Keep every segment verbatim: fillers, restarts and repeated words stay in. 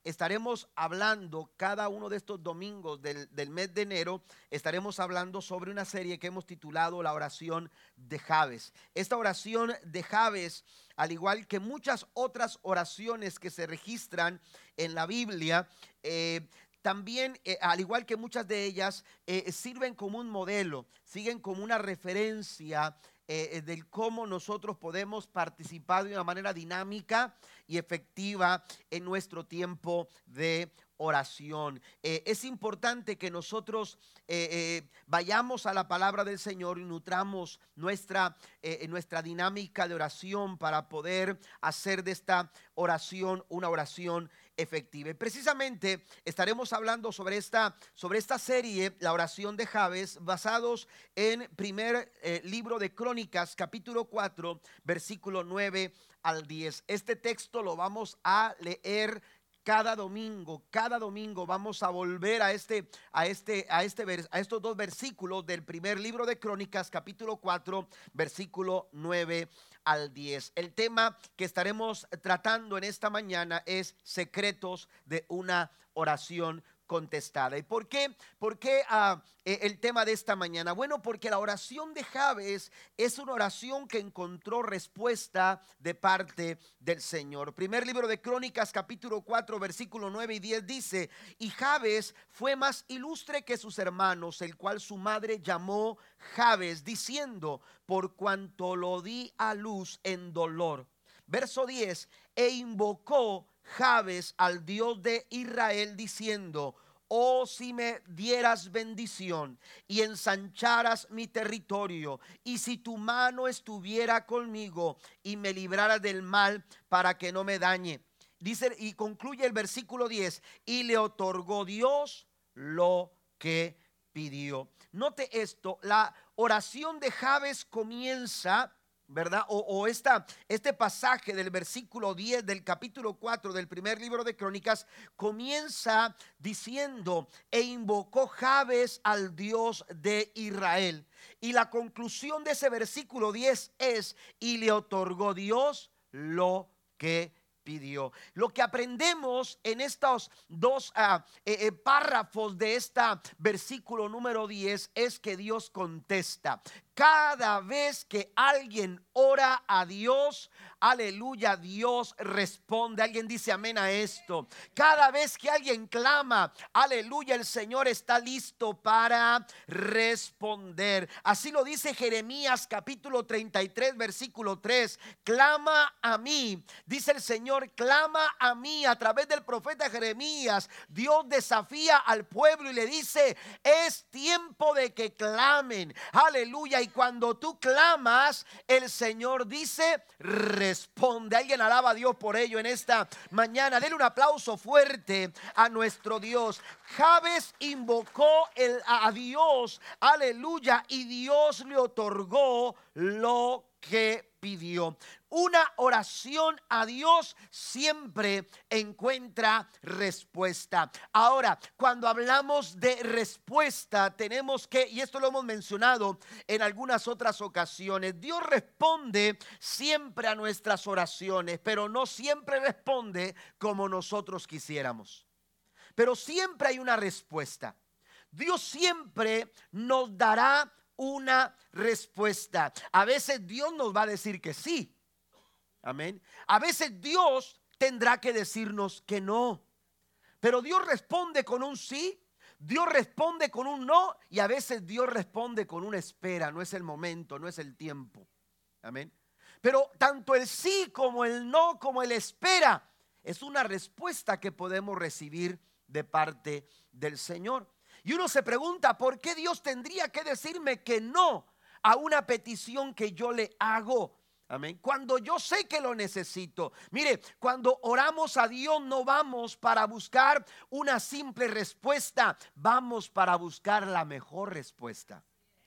estaremos hablando cada uno de estos domingos del, del mes de enero, estaremos hablando sobre una serie que hemos titulado La oración de Jabes. Esta oración de Jabes, al igual que muchas otras oraciones que se registran en la Biblia, eh, también, eh, al igual que muchas de ellas, eh, sirven como un modelo, siguen como una referencia eh, del cómo nosotros podemos participar de una manera dinámica y efectiva en nuestro tiempo de oración. Eh, es importante que nosotros eh, eh, vayamos a la palabra del Señor y nutramos nuestra, eh, nuestra dinámica de oración para poder hacer de esta oración una oración efectiva. Y precisamente estaremos hablando sobre esta, sobre esta serie, la oración de Jabes, basados en primer eh, libro de Crónicas, capítulo cuatro, versículo nueve al diez. Este texto lo vamos a leer cada domingo, cada domingo vamos a volver a este, a este, a este, a estos dos versículos del primer libro de Crónicas, capítulo cuatro, versículo nueve al diez. El tema que estaremos tratando en esta mañana es secretos de una oración contestada. ¿Y por qué? ¿Por qué uh, el tema de esta mañana? Bueno, porque la oración de Jabes es una oración que encontró respuesta de parte del Señor. Primer libro de Crónicas, capítulo cuatro, versículo nueve y diez dice: y Jabes fue más ilustre que sus hermanos, el cual su madre llamó Jabes, diciendo: por cuanto lo di a luz en dolor. Verso diez: e invocó Jabes al Dios de Israel diciendo: oh, si me dieras bendición y ensancharas mi territorio, y si tu mano estuviera conmigo y me librara del mal para que no me dañe. Dice, y concluye el versículo diez: y le otorgó Dios lo que pidió. Note esto, la oración de Jabes comienza, ¿verdad? O, o esta, este pasaje del versículo diez del capítulo cuatro del primer libro de Crónicas comienza diciendo: e invocó Jabes al Dios de Israel. Y la conclusión de ese versículo diez es: y le otorgó Dios lo que pidió. Lo que aprendemos en estos dos uh, eh, eh, párrafos de este versículo número diez es que Dios contesta. Cada vez que alguien ora a Dios, aleluya, Dios responde. Alguien dice amén a esto. Cada vez que alguien clama, aleluya, el Señor está listo para responder. Así lo dice Jeremías capítulo treinta y tres versículo tres: clama a mí, dice el Señor, clama a mí. A través del profeta Jeremías, Dios desafía al pueblo y le dice: es tiempo de que clamen, aleluya. Y cuando tú clamas, el Señor dice: responde. Alguien alaba a Dios por ello en esta mañana. Denle un aplauso fuerte a nuestro Dios. Jabes invocó el, a Dios, aleluya, y Dios le otorgó lo que pidió. Una oración a Dios siempre encuentra respuesta. Ahora, cuando hablamos de respuesta, tenemos que, y esto lo hemos mencionado en algunas otras ocasiones, Dios responde siempre a nuestras oraciones, pero no siempre responde como nosotros quisiéramos. Pero siempre hay una respuesta. Dios siempre nos dará una respuesta. A veces Dios nos va a decir que sí. Amén. A veces Dios tendrá que decirnos que no. Pero Dios responde con un sí, Dios responde con un no, y a veces Dios responde con una espera. No es el momento, no es el tiempo. Amén. Pero tanto el sí como el no, como el espera, es una respuesta que podemos recibir de parte del Señor. Y uno se pregunta: ¿por qué Dios tendría que decirme que no a una petición que yo le hago? Amén. Cuando yo sé que lo necesito. Mire, cuando oramos a Dios no vamos para buscar una simple respuesta, vamos para buscar la mejor respuesta.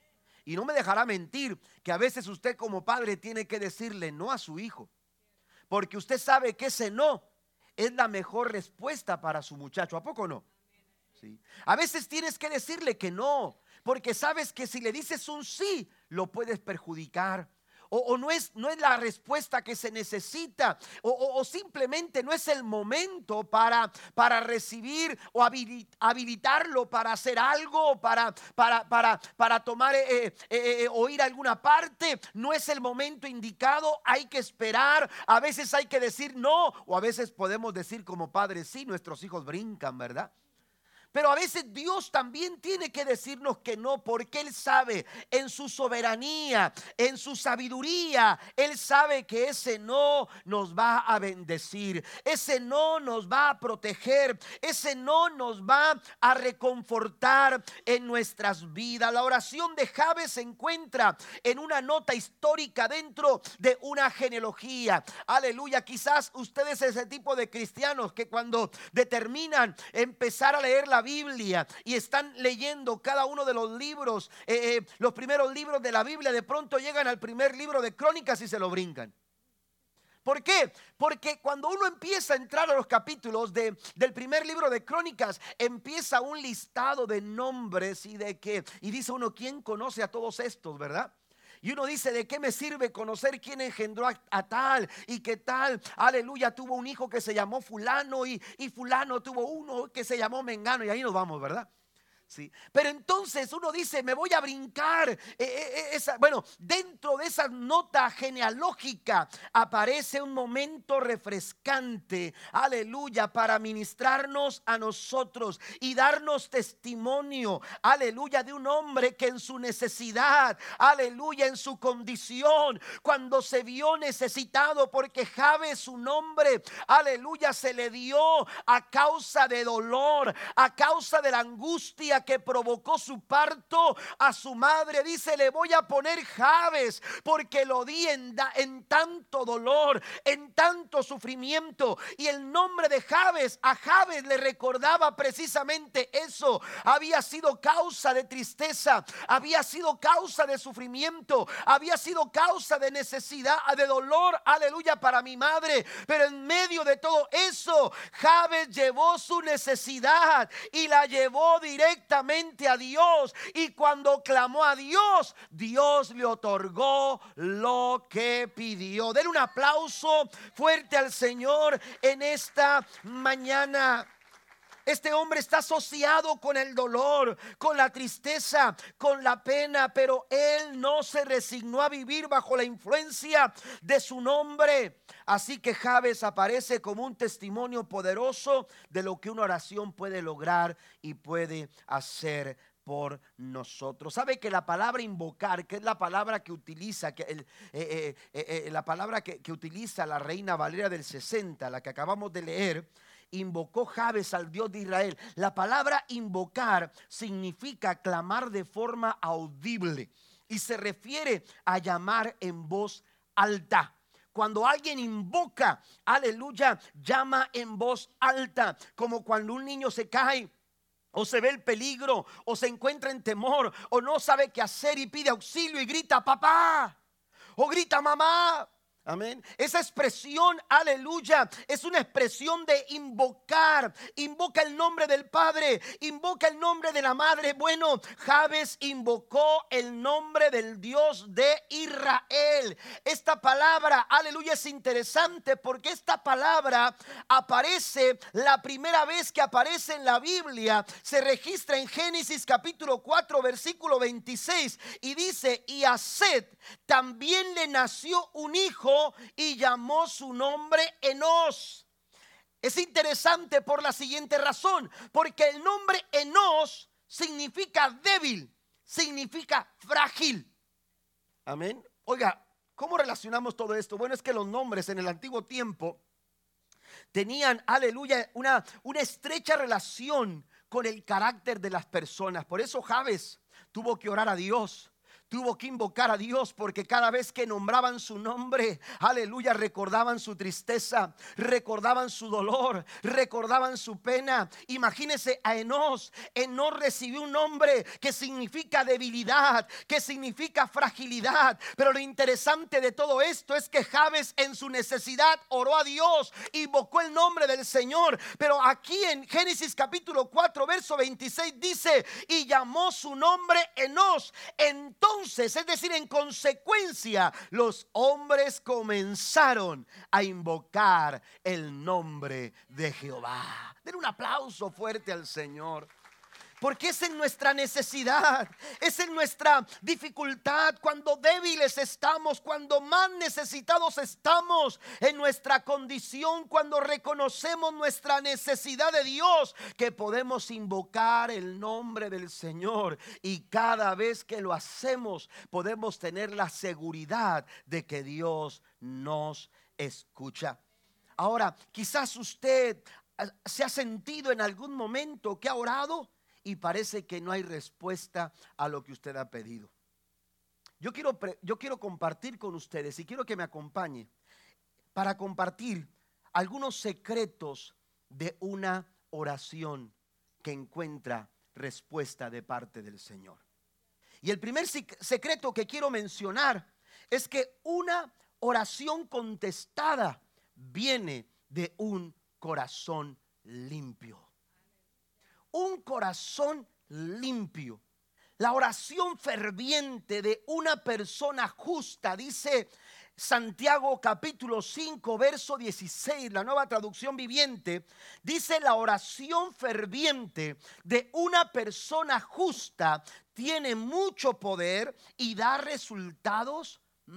Y no me dejará mentir que a veces usted como padre tiene que decirle no a su hijo, porque usted sabe que ese no es la mejor respuesta para su muchacho. ¿A poco no? Sí. A veces tienes que decirle que no, porque sabes que si le dices un sí, lo puedes perjudicar. o, o no, es, no es la respuesta que se necesita, o, o, o simplemente no es el momento para, para recibir o habilitarlo para hacer algo, para, para, para, para tomar eh, eh, eh, o ir a alguna parte. No es el momento indicado, hay que esperar. A veces hay que decir no, o a veces podemos decir como padres, sí, nuestros hijos brincan, ¿verdad? Pero a veces Dios también tiene que decirnos que no, porque Él sabe en su soberanía, en su sabiduría, Él sabe que ese no nos va a bendecir, ese no nos va a proteger, ese no nos va a reconfortar en nuestras vidas. La oración de Jabes se encuentra en una nota histórica dentro de una genealogía. Aleluya, quizás ustedes ese tipo de cristianos que cuando determinan empezar a leer la Biblia y están leyendo cada uno de los libros, eh, eh, los primeros libros de la Biblia, de pronto llegan al primer libro de Crónicas y se lo brincan. ¿Por qué? Porque cuando uno empieza a entrar a los capítulos de, del primer libro de Crónicas, empieza un listado de nombres y de que, y dice uno, ¿quién conoce a todos estos, verdad? Y uno dice, ¿de qué me sirve conocer quién engendró a, a tal y qué tal? Aleluya, tuvo un hijo que se llamó fulano y, y fulano tuvo uno que se llamó Mengano, y ahí nos vamos, ¿verdad? Sí. Pero entonces uno dice, me voy a brincar eh, eh, esa, bueno, dentro de esa nota genealógica aparece un momento refrescante, aleluya, para ministrarnos a nosotros y darnos testimonio, aleluya, de un hombre que en su necesidad, aleluya, en su condición, cuando se vio necesitado, porque Jabes, su nombre, aleluya, se le dio a causa de dolor, a causa de la angustia que provocó su parto a su madre. Dice, le voy a poner Jabes porque lo di en, en tanto dolor, en tanto sufrimiento. Y el nombre de Jabes, a Jabes le recordaba precisamente eso. Había sido causa de tristeza, había sido causa de sufrimiento, había sido causa de necesidad, de dolor, aleluya, para mi madre. Pero en medio de todo eso, Jabes llevó su necesidad y la llevó directamente a Dios, y cuando clamó a Dios, Dios le otorgó lo que pidió. Den un aplauso fuerte al Señor en esta mañana. Este hombre está asociado con el dolor, con la tristeza, con la pena, pero él no se resignó a vivir bajo la influencia de su nombre. Así que Jabes aparece como un testimonio poderoso de lo que una oración puede lograr y puede hacer por nosotros. Sabe que la palabra invocar, que es la palabra que utiliza que el, eh, eh, eh, la palabra que, que utiliza la Reina Valera del sesenta, la que acabamos de leer, invocó Jabes al Dios de Israel. La palabra invocar significa clamar de forma audible y se refiere a llamar en voz alta. Cuando alguien invoca, aleluya, llama en voz alta, como cuando un niño se cae o se ve el peligro, o se encuentra en temor, o no sabe qué hacer y pide auxilio y grita papá, o grita mamá. Amén. Esa expresión, aleluya, es una expresión de invocar. Invoca el nombre del Padre, invoca el nombre de la Madre. Bueno, Jabes invocó el nombre del Dios de Israel. Esta palabra, aleluya, es interesante porque esta palabra aparece, la primera vez que aparece en la Biblia, se registra en Génesis capítulo cuatro, versículo veintiséis, y dice, y a Set también le nació un hijo y llamó su nombre Enos. Es interesante por la siguiente razón, porque el nombre Enos significa débil, significa frágil. Amén. Oiga, ¿cómo relacionamos todo esto? Bueno, es que los nombres en el antiguo tiempo tenían, aleluya, una, una estrecha relación con el carácter de las personas. Por eso Jabes tuvo que orar a Dios. Tuvo que invocar a Dios porque cada vez que nombraban su nombre, aleluya, recordaban su tristeza, recordaban su dolor, recordaban su pena. Imagínese a Enos. Enos recibió un nombre que significa debilidad, que significa fragilidad. Pero lo interesante de todo esto es que Jabes en su necesidad oró a Dios, invocó el nombre del Señor. Pero aquí en Génesis capítulo cuatro, verso veintiséis dice, y llamó su nombre Enos. Entonces entonces, es decir, en consecuencia, los hombres comenzaron a invocar el nombre de Jehová. Den un aplauso fuerte al Señor. Porque es en nuestra necesidad, es en nuestra dificultad, cuando débiles estamos, cuando más necesitados estamos, en nuestra condición, cuando reconocemos nuestra necesidad de Dios, que podemos invocar el nombre del Señor. Y cada vez que lo hacemos, podemos tener la seguridad de que Dios nos escucha. Ahora, quizás usted se ha sentido en algún momento que ha orado y parece que no hay respuesta a lo que usted ha pedido. Yo quiero, yo quiero compartir con ustedes y quiero que me acompañe para compartir algunos secretos de una oración que encuentra respuesta de parte del Señor. Y el primer secreto que quiero mencionar es que una oración contestada viene de un corazón limpio. Un corazón limpio. La oración ferviente de una persona justa, dice Santiago capítulo cinco verso dieciséis, la Nueva Traducción Viviente, dice: la oración ferviente de una persona justa tiene mucho poder y da resultados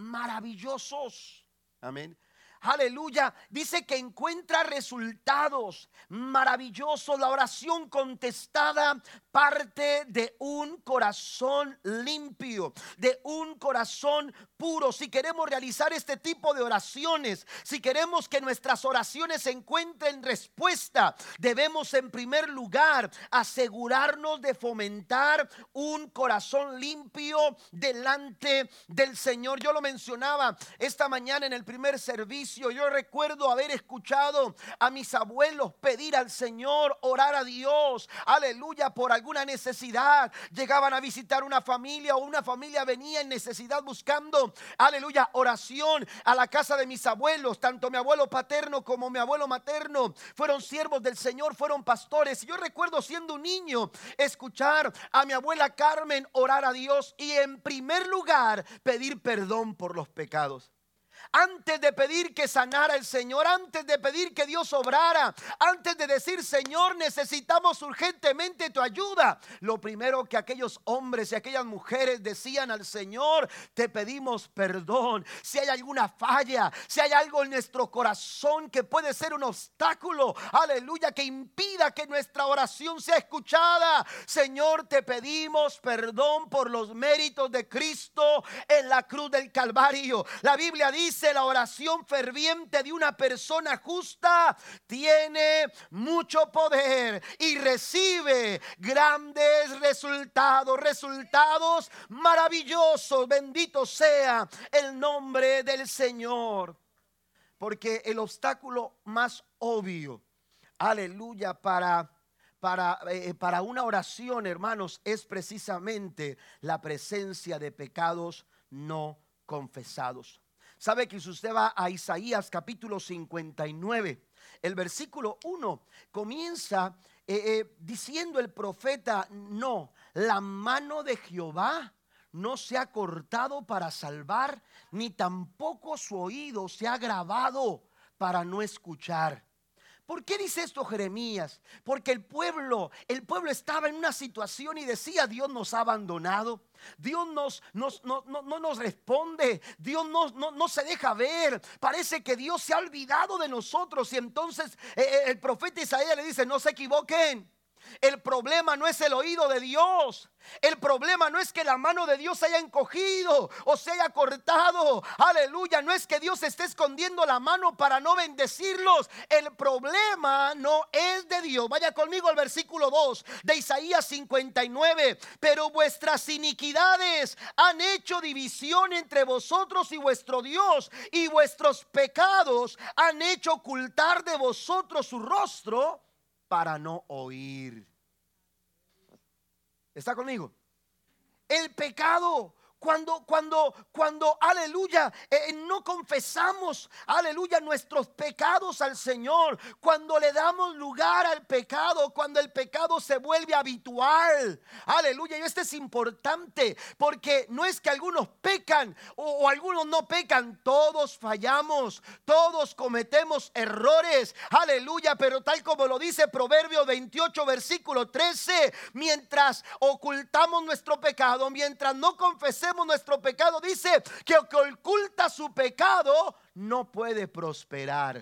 maravillosos. Amén. Aleluya, dice que encuentra resultados maravillosos. La oración contestada parte de un corazón limpio, de un corazón puro. Si queremos realizar este tipo de oraciones, si queremos que nuestras oraciones encuentren respuesta, debemos en primer lugar asegurarnos de fomentar un corazón limpio delante del Señor. Yo lo mencionaba esta mañana en el primer servicio. Yo recuerdo haber escuchado a mis abuelos pedir al Señor, orar a Dios, aleluya, por alguna necesidad. Llegaban a visitar una familia o una familia venía en necesidad buscando, aleluya, oración a la casa de mis abuelos. Tanto mi abuelo paterno como mi abuelo materno fueron siervos del Señor, fueron pastores. Yo recuerdo siendo un niño escuchar a mi abuela Carmen orar a Dios y en primer lugar pedir perdón por los pecados. Antes de pedir que sanara el Señor, antes de pedir que Dios obrara, antes de decir: Señor, necesitamos urgentemente tu ayuda, lo primero que aquellos hombres y aquellas mujeres decían al Señor: te pedimos perdón. Si hay alguna falla, si hay algo en nuestro corazón que puede ser un obstáculo, aleluya, que impida que nuestra oración sea escuchada, Señor, te pedimos perdón por los méritos de Cristo en la cruz del Calvario. La Biblia dice: la oración ferviente de una persona justa tiene mucho poder y recibe grandes resultados, resultados maravillosos. Bendito sea el nombre del Señor. Porque el obstáculo más obvio, aleluya, para Para, eh, para una oración, hermanos, es precisamente la presencia de pecados no confesados. Sabe que si usted va a Isaías capítulo cincuenta y nueve, el versículo uno comienza eh, eh, diciendo el profeta: no, la mano de Jehová no se ha cortado para salvar, ni tampoco su oído se ha agravado para no escuchar. ¿Por qué dice esto Jeremías? Porque el pueblo, el pueblo estaba en una situación y decía: Dios nos ha abandonado, Dios nos, nos, no, no, no nos responde, Dios no, no, no se deja ver, parece que Dios se ha olvidado de nosotros. Y entonces eh, el profeta Isaías le dice: no se equivoquen. El problema no es el oído de Dios. El problema no es que la mano de Dios se haya encogido o se haya cortado. Aleluya. No es que Dios esté escondiendo la mano para no bendecirlos. El problema no es de Dios. Vaya conmigo al versículo dos de Isaías cincuenta y nueve. Pero vuestras iniquidades han hecho división entre vosotros y vuestro Dios, y vuestros pecados han hecho ocultar de vosotros su rostro para no oír. ¿Está conmigo? El pecado, cuando, cuando, cuando, aleluya, eh, no confesamos, aleluya, nuestros pecados al Señor, cuando le damos lugar al pecado, cuando el pecado se vuelve habitual, aleluya. Y esto es importante porque no es que algunos pecan o, o algunos no pecan, todos fallamos, todos cometemos errores, aleluya. Pero tal como lo dice Proverbios veintiocho versículo trece, mientras ocultamos nuestro pecado, mientras no confesemos nuestro pecado, dice que el que oculta su pecado no puede prosperar.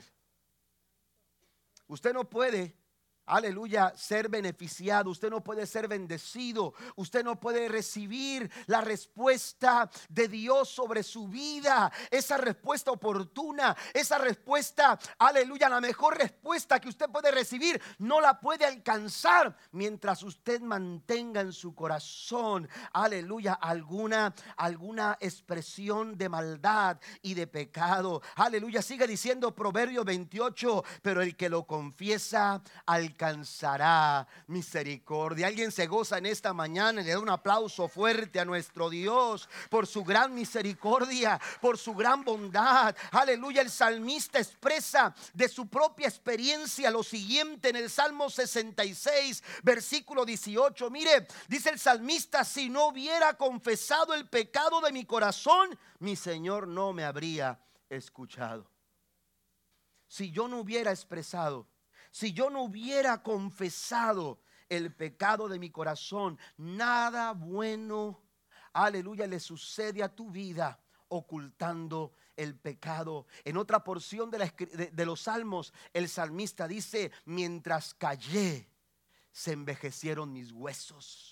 Usted no puede, aleluya, ser beneficiado. Usted no puede ser bendecido. Usted no puede recibir la respuesta de Dios sobre su vida. Esa respuesta oportuna, esa respuesta, aleluya, la mejor respuesta que usted puede recibir, no la puede alcanzar mientras usted mantenga en su corazón, aleluya, alguna, alguna expresión de maldad y de pecado. Aleluya, sigue diciendo Proverbios veintiocho, pero el que lo confiesa al alcanzará misericordia. Alguien se goza en esta mañana y le da un aplauso fuerte a nuestro Dios por su gran misericordia, por su gran bondad. Aleluya. El salmista expresa de su propia experiencia lo siguiente en el Salmo sesenta y seis versículo dieciocho. Mire, dice el salmista: si no hubiera confesado el pecado de mi corazón, mi Señor no me habría escuchado. Si yo no hubiera expresado, si yo no hubiera confesado el pecado de mi corazón, nada bueno, aleluya, le sucede a tu vida ocultando el pecado. En otra porción de, la, de, de los salmos, el salmista dice: mientras callé, se envejecieron mis huesos.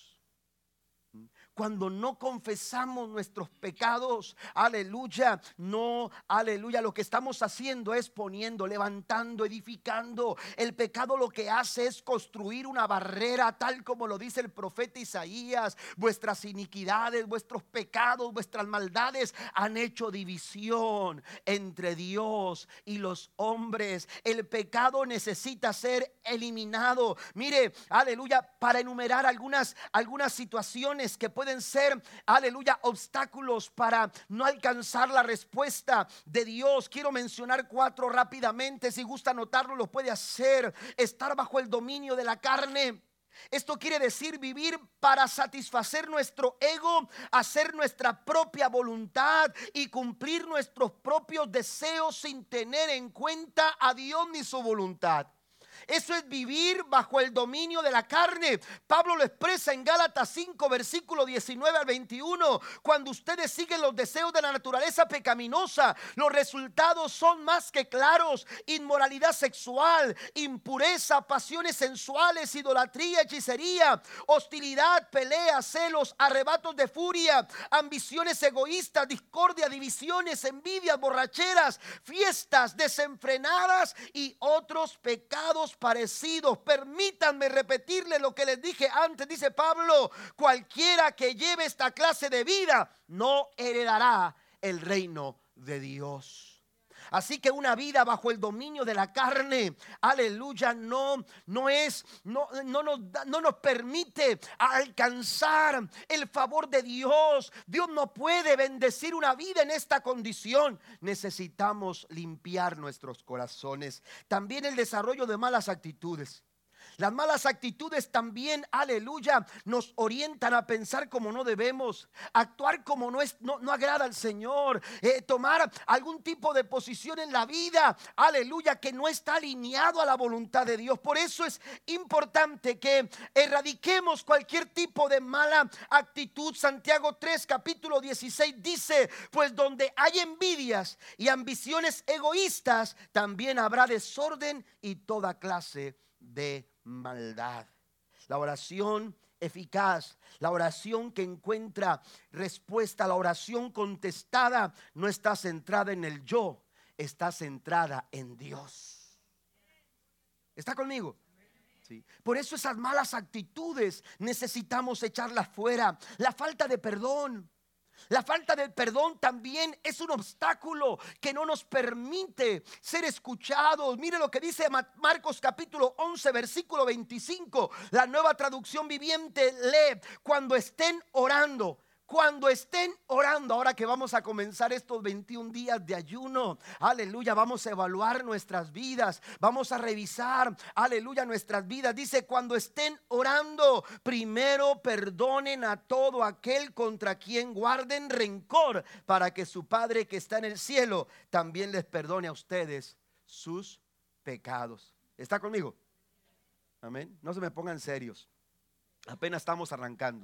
Cuando no confesamos nuestros pecados, aleluya, no, aleluya, lo que estamos haciendo es poniendo, levantando, edificando. El pecado lo que hace es construir una barrera, tal como lo dice el profeta Isaías. Vuestras iniquidades, vuestros pecados, vuestras maldades han hecho división entre Dios y los hombres. El pecado necesita ser eliminado. Mire, aleluya, para enumerar algunas, algunas situaciones que pueden ser, aleluya, obstáculos para no alcanzar la respuesta de Dios. Quiero mencionar cuatro rápidamente. Si gusta anotarlo, lo puede hacer. Estar bajo el dominio de la carne. Esto quiere decir vivir para satisfacer nuestro ego, hacer nuestra propia voluntad y cumplir nuestros propios deseos sin tener en cuenta a Dios ni su voluntad. Eso es vivir bajo el dominio de la carne. Pablo lo expresa en Gálatas cinco versículo diecinueve al veintiuno. Cuando ustedes siguen los deseos de la naturaleza pecaminosa, los resultados son más que claros: inmoralidad sexual, impureza, pasiones sensuales, idolatría, hechicería, hostilidad, peleas, celos, arrebatos de furia, ambiciones egoístas, discordia, divisiones, envidias, borracheras, fiestas desenfrenadas y otros pecados parecidos. Permítanme repetirle lo que les dije antes. Dice Pablo: cualquiera que lleve esta clase de vida no heredará el reino de Dios. Así que una vida bajo el dominio de la carne, aleluya, no, no es, no, no, nos, no nos permite alcanzar el favor de Dios. Dios no puede bendecir una vida en esta condición. Necesitamos limpiar nuestros corazones. También el desarrollo de malas actitudes. Las malas actitudes también, aleluya, nos orientan a pensar como no debemos, actuar como no, es, no, no agrada al Señor, eh, tomar algún tipo de posición en la vida, aleluya, que no está alineado a la voluntad de Dios. Por eso es importante que erradiquemos cualquier tipo de mala actitud. Santiago tres capítulo dieciséis dice: pues donde hay envidias y ambiciones egoístas, también habrá desorden y toda clase de maldad. La oración eficaz, la oración que encuentra respuesta, la oración contestada, no está centrada en el yo, está centrada en Dios. ¿Está conmigo? Sí. Por eso esas malas actitudes necesitamos echarlas fuera. La falta de perdón. La falta de perdón también es un obstáculo que no nos permite ser escuchados. Mire lo que dice Marcos capítulo once versículo veinticinco. La Nueva Traducción Viviente lee: cuando estén orando, cuando estén orando, ahora que vamos a comenzar estos veintiún días de ayuno, aleluya, vamos a evaluar nuestras vidas, vamos a revisar, aleluya, nuestras vidas. Dice, cuando estén orando, primero perdonen a todo aquel contra quien guarden rencor, para que su Padre que está en el cielo también les perdone a ustedes sus pecados. ¿Está conmigo? Amén. No se me pongan serios, apenas estamos arrancando,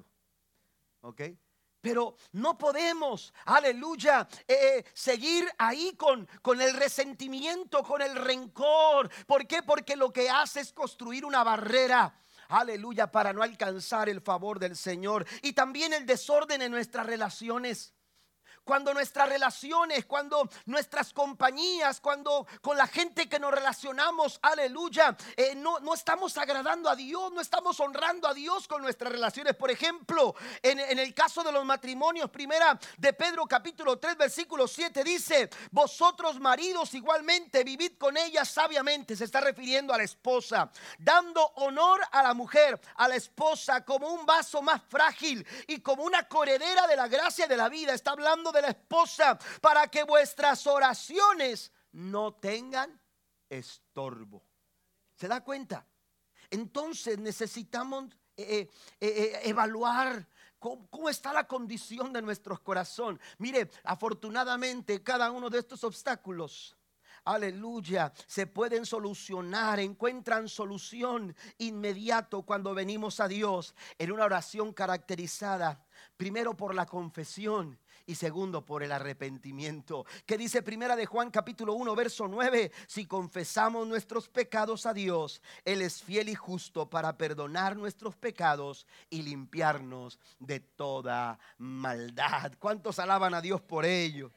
¿ok? Pero no podemos, aleluya, eh, seguir ahí con, con el resentimiento, con el rencor. ¿Por qué? Porque lo que hace es construir una barrera, aleluya, para no alcanzar el favor del Señor. Y también el desorden en nuestras relaciones. Cuando nuestras relaciones, cuando nuestras compañías, cuando con la gente que nos relacionamos, aleluya, eh, no, no estamos agradando a Dios, no estamos honrando a Dios con nuestras relaciones. Por ejemplo, en, en el caso de los matrimonios, primera de Pedro capítulo tres versículo siete dice: vosotros maridos igualmente vivid con ella sabiamente. Se está refiriendo a la esposa, dando honor a la mujer, a la esposa, como un vaso más frágil y como una corredera de la gracia de la vida. Está hablando de de la esposa, para que vuestras oraciones no tengan estorbo. ¿Se da cuenta? Entonces necesitamos eh, eh, eh, evaluar ¿Cómo, ¿Cómo está la condición de nuestro corazón? Mire, afortunadamente cada uno de estos obstáculos, aleluya, se pueden solucionar, encuentran solución inmediato cuando venimos a Dios en una oración caracterizada primero por la confesión y segundo por el arrepentimiento. Que dice primera de Juan capítulo uno verso nueve: si confesamos nuestros pecados a Dios, Él es fiel y justo para perdonar nuestros pecados y limpiarnos de toda maldad. ¿Cuántos alaban a Dios por ello?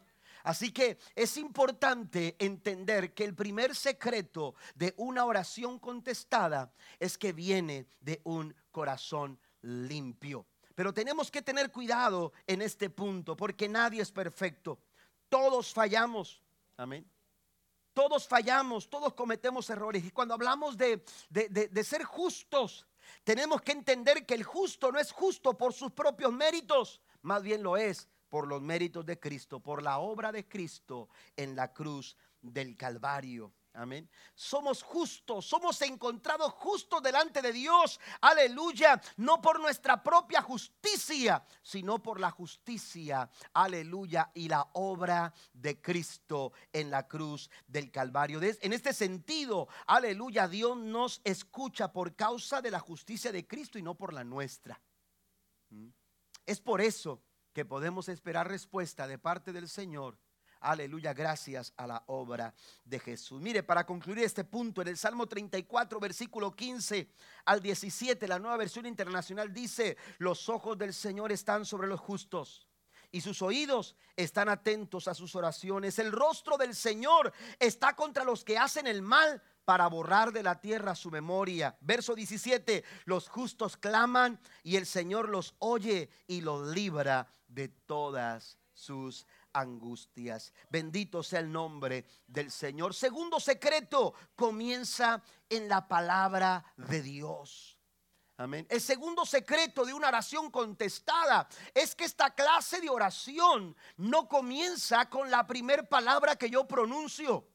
Así que es importante entender que el primer secreto de una oración contestada es que viene de un corazón limpio. Pero tenemos que tener cuidado en este punto, porque nadie es perfecto. Todos fallamos. Amén. Todos fallamos, todos cometemos errores. Y cuando hablamos de, de, de, de ser justos, tenemos que entender que el justo no es justo por sus propios méritos, más bien lo es por los méritos de Cristo, por la obra de Cristo en la cruz del Calvario. Amén. Somos justos, somos encontrados justos delante de Dios, aleluya, no por nuestra propia justicia, sino por la justicia, aleluya, y la obra de Cristo en la cruz del Calvario. En este sentido, aleluya, Dios nos escucha por causa de la justicia de Cristo y no por la nuestra. Es por eso que podemos esperar respuesta de parte del Señor. Aleluya, gracias a la obra de Jesús. Mire, para concluir este punto, en el Salmo treinta y cuatro, versículo quince al diecisiete, la Nueva Versión Internacional dice: los ojos del Señor están sobre los justos y sus oídos están atentos a sus oraciones. El rostro del Señor está contra los que hacen el mal, para borrar de la tierra su memoria. Verso diecisiete: los justos claman y el Señor los oye y los libra de todas sus angustias. Bendito sea el nombre del Señor. Segundo secreto, comienza en la palabra de Dios. Amén. El segundo secreto de una oración contestada es que esta clase de oración no comienza con la primer palabra que yo pronuncio.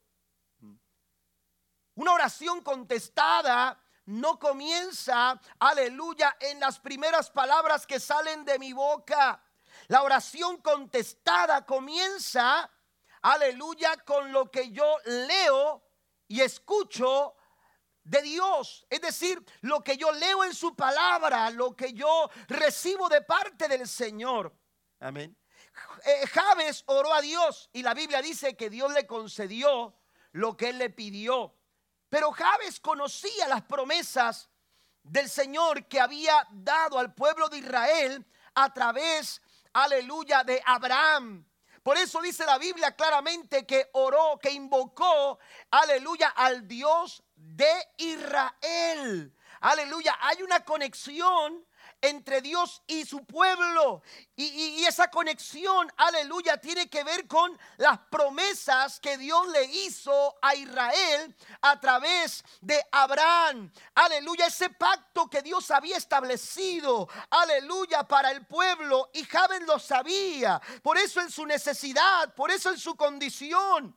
Una oración contestada no comienza, aleluya, en las primeras palabras que salen de mi boca. La oración contestada comienza, aleluya, con lo que yo leo y escucho de Dios. Es decir, lo que yo leo en su palabra, lo que yo recibo de parte del Señor. Amén. Eh, Jabes oró a Dios y la Biblia dice que Dios le concedió lo que él le pidió. Pero Jabes conocía las promesas del Señor que había dado al pueblo de Israel a través, aleluya, de Abraham. Por eso dice la Biblia claramente que oró, que invocó, aleluya, al Dios de Israel. Aleluya, hay una conexión entre Dios y su pueblo. Y, y, y esa conexión, aleluya, tiene que ver con las promesas que Dios le hizo a Israel a través de Abraham. Aleluya, ese pacto que Dios había establecido, aleluya, para el pueblo. Y Jabes lo sabía. Por eso en su necesidad, por eso en su condición,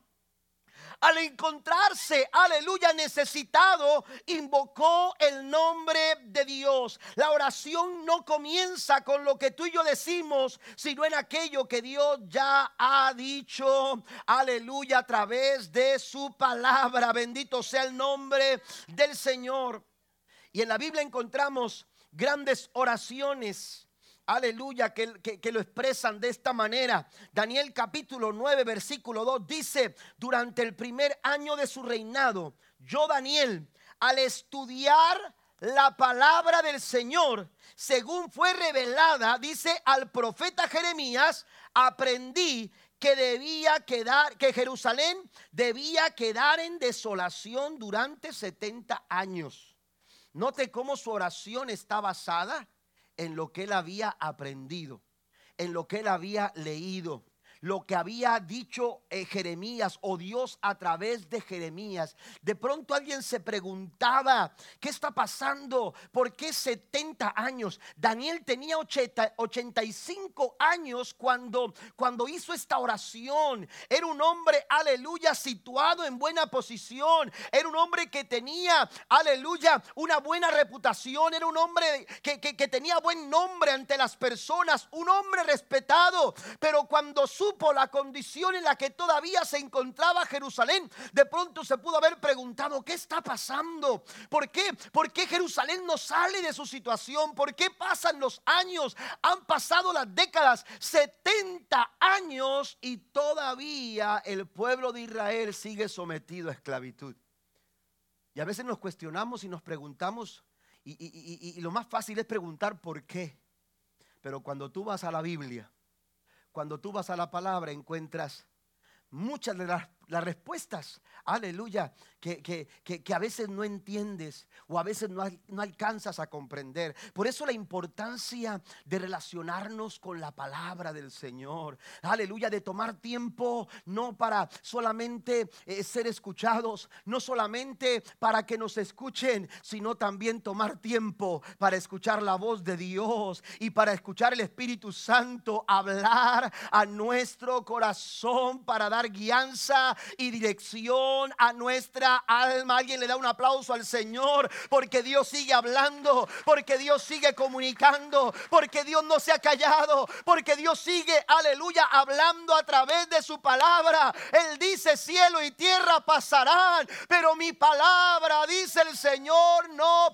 al encontrarse, aleluya, necesitado, invocó el nombre de Dios. La oración no comienza con lo que tú y yo decimos, sino en aquello que Dios ya ha dicho, aleluya, a través de su palabra. Bendito sea el nombre del Señor. Y en la Biblia encontramos grandes oraciones, aleluya, que, que, que lo expresan de esta manera. Daniel capítulo nueve versículo dos dice: durante el primer año de su reinado, yo Daniel, al estudiar la palabra del Señor, según fue revelada, dice, al profeta Jeremías, aprendí que debía quedar, que Jerusalén debía quedar en desolación durante setenta años. Note cómo su oración está basada en lo que él había aprendido, en lo que él había leído, lo que había dicho eh, Jeremías o Dios a través de Jeremías. De pronto alguien se preguntaba: ¿qué está pasando? ¿Por qué setenta años? Daniel tenía ochenta y cinco años cuando, cuando hizo esta oración. Era un hombre, aleluya, situado en buena posición. Era un hombre que tenía, aleluya, una buena reputación. Era un hombre que, que, que tenía buen nombre ante las personas, un hombre respetado. Pero cuando su supo la condición en la que todavía se encontraba Jerusalén, de pronto se pudo haber preguntado: ¿qué está pasando? ¿Por qué? ¿Por qué Jerusalén no sale de su situación? ¿Por qué pasan los años? Han pasado las décadas, setenta años, y todavía el pueblo de Israel sigue sometido a esclavitud. Y a veces nos cuestionamos y nos preguntamos, y, y, y, y lo más fácil es preguntar ¿por qué? Pero cuando tú vas a la Biblia, cuando tú vas a la palabra, encuentras muchas de las, las respuestas, aleluya, que, que, que, que a veces no entiendes o a veces no, no alcanzas a comprender. Por eso la importancia de relacionarnos con la palabra del Señor, aleluya, de tomar tiempo no para solamente eh, ser escuchados, no solamente para que nos escuchen, sino también tomar tiempo para escuchar la voz de Dios y para escuchar el Espíritu Santo hablar a nuestro corazón, para dar guianza y dirección a nuestra alma. Alguien le da un aplauso al Señor, porque Dios sigue hablando, porque Dios sigue comunicando, porque Dios no se ha callado, porque Dios sigue, aleluya, hablando a través de su palabra. Él dice: cielo y tierra pasarán, pero mi palabra, dice el Señor, no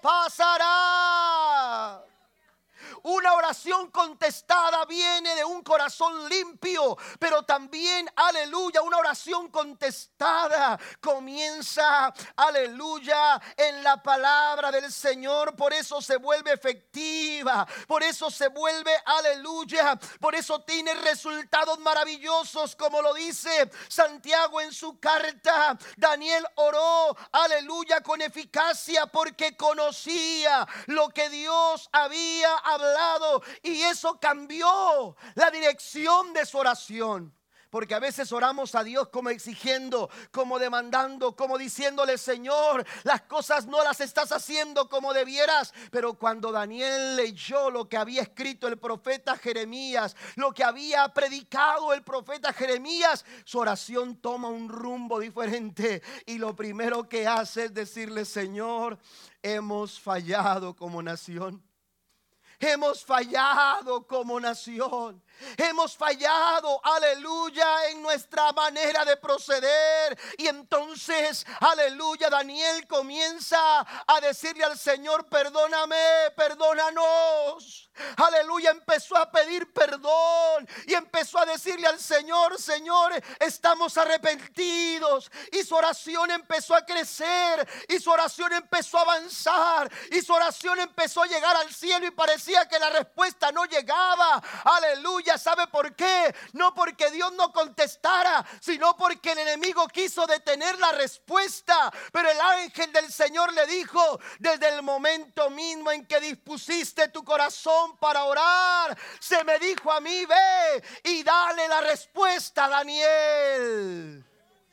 pasará. Una oración contestada viene de un corazón limpio, pero también, aleluya, una oración contestada comienza, aleluya, en la palabra del Señor. Por eso se vuelve efectiva, por eso se vuelve, aleluya, por eso tiene resultados maravillosos, como lo dice Santiago en su carta. Daniel oró, aleluya, con eficacia, porque conocía lo que Dios había hablado. Y eso cambió la dirección de su oración. Porque a veces oramos a Dios como exigiendo, como demandando, como diciéndole: Señor, las cosas no las estás haciendo como debieras. Pero cuando Daniel leyó lo que había escrito el profeta Jeremías, lo que había predicado el profeta Jeremías, su oración toma un rumbo diferente. Y lo primero que hace es decirle: Señor, hemos fallado como nación. Hemos fallado como nación. Hemos fallado, aleluya, en nuestra manera de proceder. Y entonces, aleluya, Daniel comienza a decirle al Señor: perdóname, perdónanos. Aleluya, empezó a pedir perdón y empezó a decirle al Señor: Señor, estamos arrepentidos. Y su oración empezó a crecer, y su oración empezó a avanzar, y su oración empezó a llegar al cielo, y parecía parecía que la respuesta no llegaba. Aleluya, ¿sabe por qué? No porque Dios no contestara, sino porque el enemigo quiso detener la respuesta. Pero el ángel del Señor le dijo: desde el momento mismo en que dispusiste tu corazón para orar, se me dijo a mí: ve y dale la respuesta a Daniel.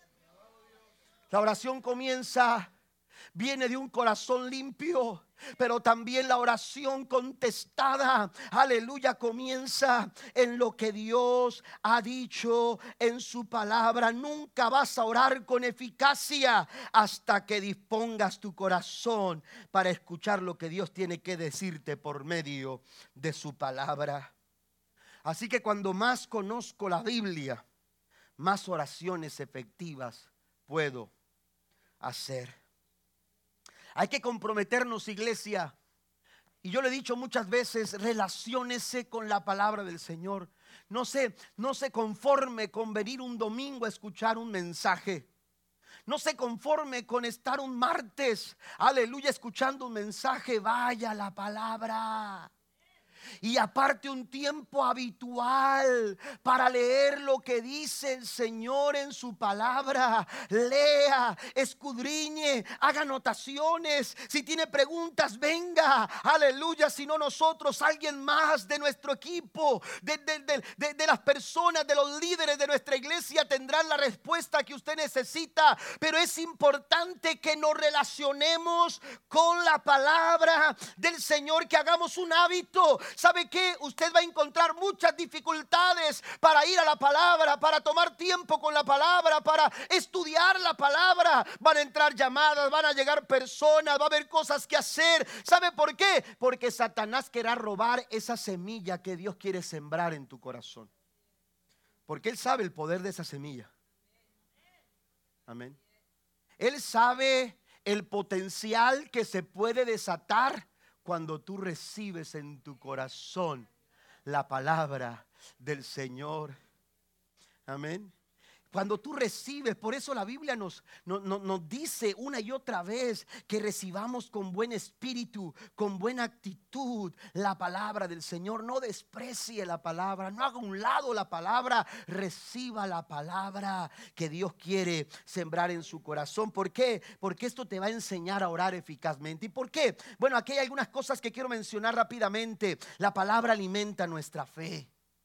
La oración comienza, viene de un corazón limpio, pero también la oración contestada, aleluya, comienza en lo que Dios ha dicho en su palabra. Nunca vas a orar con eficacia hasta que dispongas tu corazón para escuchar lo que Dios tiene que decirte por medio de su palabra. Así que cuando más conozco la Biblia, más oraciones efectivas puedo hacer. Hay que comprometernos, iglesia. Y yo le he dicho muchas veces: relaciónese con la palabra del Señor. No se, no se conforme con venir un domingo a escuchar un mensaje. No se conforme con estar un martes, aleluya, escuchando un mensaje. Vaya a la palabra. Y aparte un tiempo habitual para leer lo que dice el Señor en su palabra. Lea, escudriñe, haga anotaciones. Si tiene preguntas, venga, aleluya. Si no, nosotros, alguien más de nuestro equipo, de, de, de, de, de las personas, de los líderes de nuestra iglesia, tendrán la respuesta que usted necesita. Pero es importante que nos relacionemos con la palabra del Señor, que hagamos un hábito. ¿Sabe qué? Usted va a encontrar muchas dificultades para ir a la palabra, para tomar tiempo con la palabra, para estudiar la palabra. Van a entrar llamadas, van a llegar personas, va a haber cosas que hacer. ¿Sabe por qué? Porque Satanás querrá robar esa semilla que Dios quiere sembrar en tu corazón. Porque Él sabe el poder de esa semilla. Amén. Él sabe el potencial que se puede desatar cuando tú recibes en tu corazón la palabra del Señor. Amén. Cuando tú recibes, por eso la Biblia nos, nos, nos dice una y otra vez que recibamos con buen espíritu, con buena actitud la palabra del Señor. No desprecie la palabra, no haga a un lado la palabra, reciba la palabra que Dios quiere sembrar en su corazón. ¿Por qué? Porque esto te va a enseñar a orar eficazmente. ¿Y por qué? Bueno, aquí hay algunas cosas que quiero mencionar rápidamente. La palabra alimenta nuestra fe.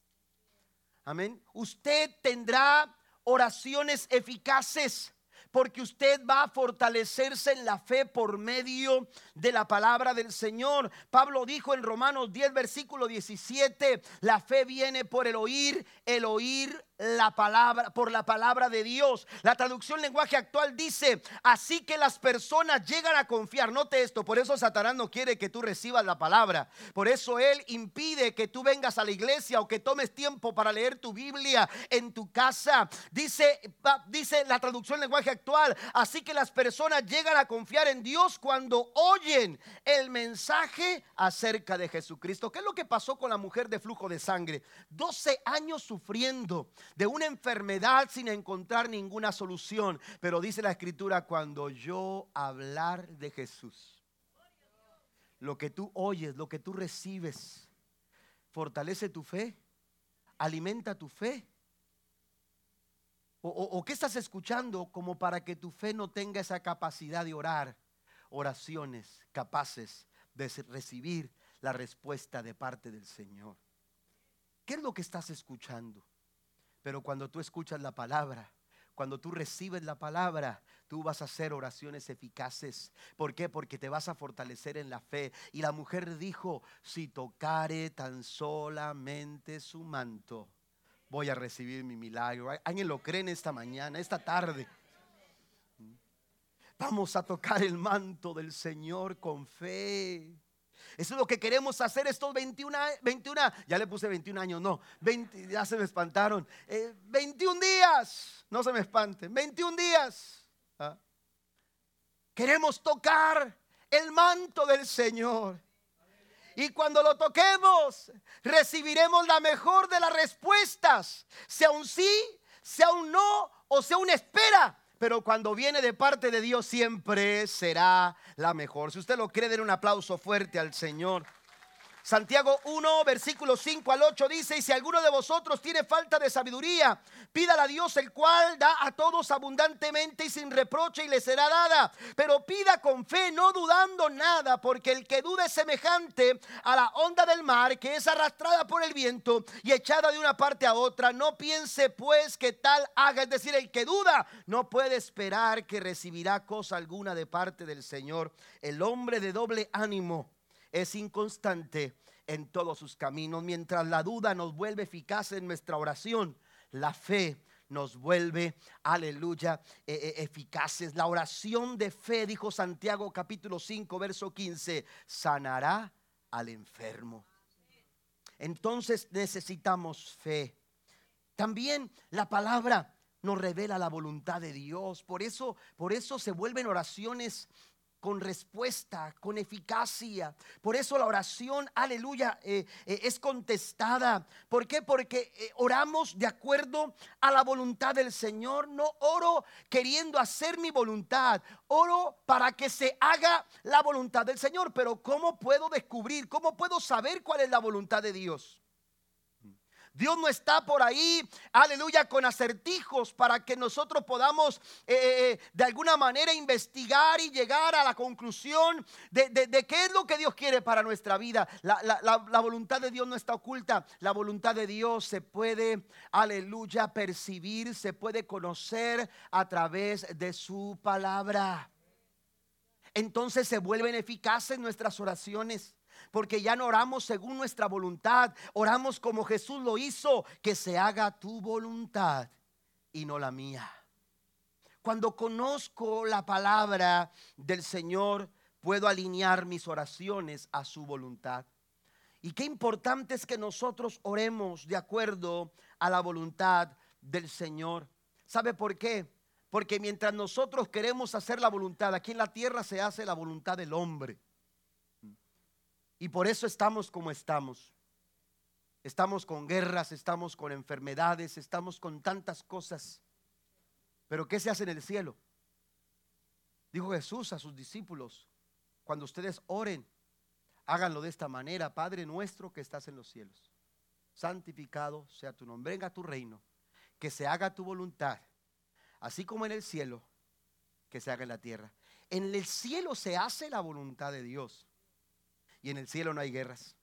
Amén. Usted tendrá oraciones eficaces porque usted va a fortalecerse en la fe por medio de la palabra del Señor. Pablo dijo en Romanos diez versículo diecisiete: la fe viene por el oír, el oír la palabra, por la palabra de Dios. La traducción lenguaje actual dice: así que las personas llegan a confiar. Note esto, por eso Satanás no quiere que tú recibas la palabra. Por eso él impide que tú vengas a la iglesia o que tomes tiempo para leer tu Biblia en tu casa. Dice, dice la traducción lenguaje actual: así que las personas llegan a confiar en Dios cuando oyen el mensaje acerca de Jesucristo. ¿Qué es lo que pasó con la mujer de flujo de sangre? doce años sufriendo de una enfermedad sin encontrar ninguna solución. Pero dice la escritura: cuando oyó hablar de Jesús. Lo que tú oyes, lo que tú recibes, fortalece tu fe, alimenta tu fe. O, o, o qué estás escuchando como para que tu fe no tenga esa capacidad de orar oraciones capaces de recibir la respuesta de parte del Señor. ¿Qué es lo que estás escuchando? Pero cuando tú escuchas la palabra, cuando tú recibes la palabra, tú vas a hacer oraciones eficaces. ¿Por qué? Porque te vas a fortalecer en la fe. Y la mujer dijo: si tocare tan solamente su manto, voy a recibir mi milagro. ¿Alguien lo cree en esta mañana, esta tarde? Vamos a tocar el manto del Señor con fe. Eso es lo que queremos hacer estos veintiuno, veintiuno, ya le puse veintiún años, no, veinte, ya se me espantaron, eh, veintiún días, no se me espanten, veintiún días. ¿Ah? Queremos tocar el manto del Señor. Y cuando lo toquemos, recibiremos la mejor de las respuestas, sea un sí, sea un no o sea una espera. Pero cuando viene de parte de Dios siempre será la mejor. Si usted lo cree, den un aplauso fuerte al Señor. Santiago uno, versículos cinco al ocho dice: y si alguno de vosotros tiene falta de sabiduría, pídala a Dios, el cual da a todos abundantemente y sin reproche, y le será dada. Pero pida con fe, no dudando nada, porque el que duda es semejante a la onda del mar, que es arrastrada por el viento y echada de una parte a otra. No piense pues que tal haga. Es decir, el que duda no puede esperar que recibirá cosa alguna de parte del Señor. El hombre de doble ánimo es inconstante en todos sus caminos. Mientras la duda nos vuelve eficaz en nuestra oración, la fe nos vuelve, aleluya, eh, eh, eficaces. La oración de fe, dijo Santiago capítulo cinco, verso quince, sanará al enfermo. Entonces necesitamos fe. También la palabra nos revela la voluntad de Dios. Por eso, por eso se vuelven oraciones con respuesta, con eficacia. Por eso la oración, aleluya, eh, eh, es contestada. ¿Por qué? Porque eh, oramos de acuerdo a la voluntad del Señor. No oro queriendo hacer mi voluntad, oro para que se haga la voluntad del Señor. Pero ¿cómo puedo descubrir, cómo puedo saber cuál es la voluntad de Dios? Dios no está por ahí, aleluya, con acertijos para que nosotros podamos eh, de alguna manera investigar y llegar a la conclusión de, de, de qué es lo que Dios quiere para nuestra vida. La, la, la, la voluntad de Dios no está oculta. La voluntad de Dios se puede, aleluya, percibir, se puede conocer a través de su palabra. Entonces se vuelven eficaces nuestras oraciones, porque ya no oramos según nuestra voluntad, oramos como Jesús lo hizo: que se haga tu voluntad y no la mía. Cuando conozco la palabra del Señor, puedo alinear mis oraciones a su voluntad. Y qué importante es que nosotros oremos de acuerdo a la voluntad del Señor. ¿Sabe por qué? Porque mientras nosotros queremos hacer la voluntad, aquí en la tierra se hace la voluntad del hombre. Y por eso estamos como estamos. Estamos con guerras, estamos con enfermedades, estamos con tantas cosas. Pero ¿qué se hace en el cielo? Dijo Jesús a sus discípulos: cuando ustedes oren, háganlo de esta manera: Padre nuestro que estás en los cielos, santificado sea tu nombre, venga tu reino, que se haga tu voluntad, así como en el cielo, que se haga en la tierra. En el cielo se hace la voluntad de Dios. Y en el cielo no hay guerras.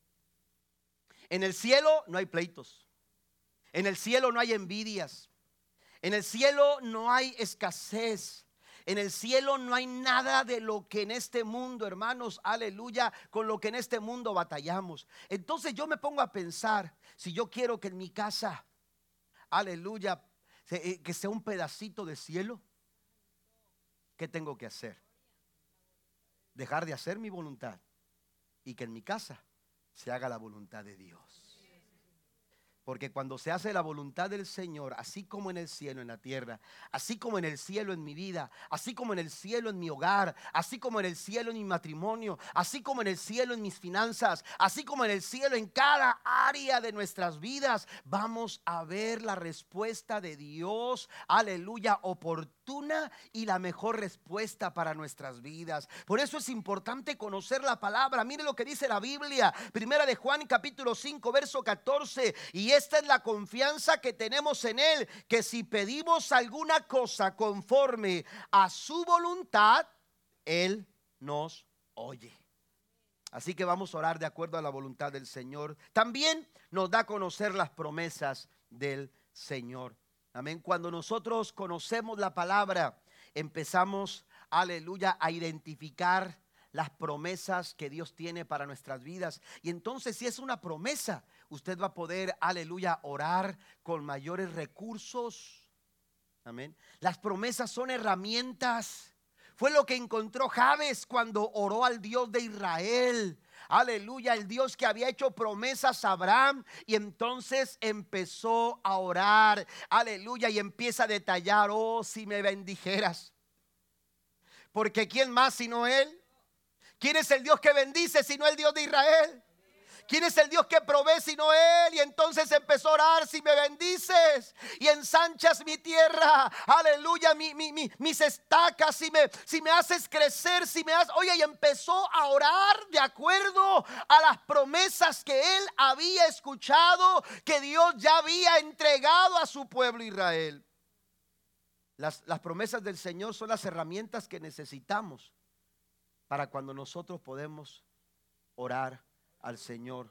En el cielo no hay pleitos. En el cielo no hay envidias. En el cielo no hay escasez. En el cielo no hay nada de lo que en este mundo, hermanos, aleluya, con lo que en este mundo batallamos. Entonces yo me pongo a pensar, si yo quiero que en mi casa, aleluya, que sea un pedacito de cielo, ¿qué tengo que hacer? Dejar de hacer mi voluntad y que en mi casa se haga la voluntad de Dios. Porque cuando se hace la voluntad del Señor, así como en el cielo, en la tierra, así como en el cielo en mi vida, así como en el cielo en mi hogar, así como en el cielo en mi matrimonio, así como en el cielo en mis finanzas, así como en el cielo en cada área de nuestras vidas, vamos a ver la respuesta de Dios, aleluya, oportuna y la mejor respuesta para nuestras vidas. Por eso es importante conocer la palabra. Mire lo que dice la Biblia, primera de Juan capítulo cinco, verso catorce: y esta es la confianza que tenemos en Él, que si pedimos alguna cosa conforme a su voluntad, Él nos oye. Así que vamos a orar de acuerdo a la voluntad del Señor. También nos da a conocer las promesas del Señor. Amén. Cuando nosotros conocemos la palabra, empezamos, aleluya, a identificar las promesas que Dios tiene para nuestras vidas. Y entonces, si es una promesa, usted va a poder, aleluya, orar con mayores recursos. Amén. Las promesas son herramientas. Fue lo que encontró Jabes cuando oró al Dios de Israel. Aleluya, el Dios que había hecho promesas a Abraham, y entonces empezó a orar. Aleluya, y empieza a detallar: oh, si me bendijeras. Porque ¿quién más sino Él? ¿Quién es el Dios que bendice sino el Dios de Israel? ¿Quién es el Dios que provee sino Él? Y entonces empezó a orar: si me bendices y ensanchas mi tierra, aleluya, mi, mi, mi, mis estacas, si me, si me haces crecer, si me haces, oye, y empezó a orar de acuerdo a las promesas que él había escuchado, que Dios ya había entregado a su pueblo Israel. Las, las promesas del Señor son las herramientas que necesitamos para cuando nosotros podemos orar al Señor.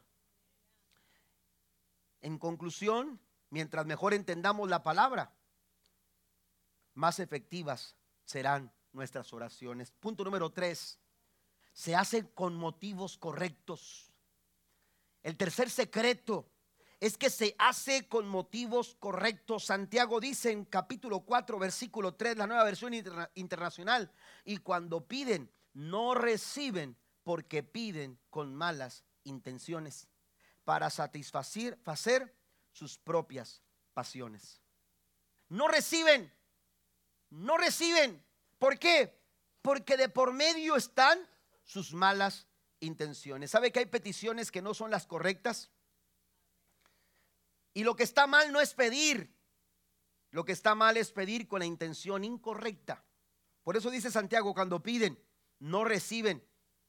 En conclusión, mientras mejor entendamos la palabra, más efectivas serán nuestras oraciones. Punto número tres: se hace con motivos correctos. El tercer secreto es que se hace con motivos correctos. Santiago dice en capítulo cuatro, versículo tres, la Nueva Versión Interna- Internacional: y cuando piden, no reciben, porque piden con malas intenciones, para satisfacer facer sus propias pasiones. No reciben, no reciben. ¿Por qué? Porque de por medio están sus malas intenciones. ¿Sabe que hay peticiones que no son las correctas? Y lo que está mal no es pedir, lo que está mal es pedir con la intención incorrecta. Por eso dice Santiago: cuando piden, no reciben.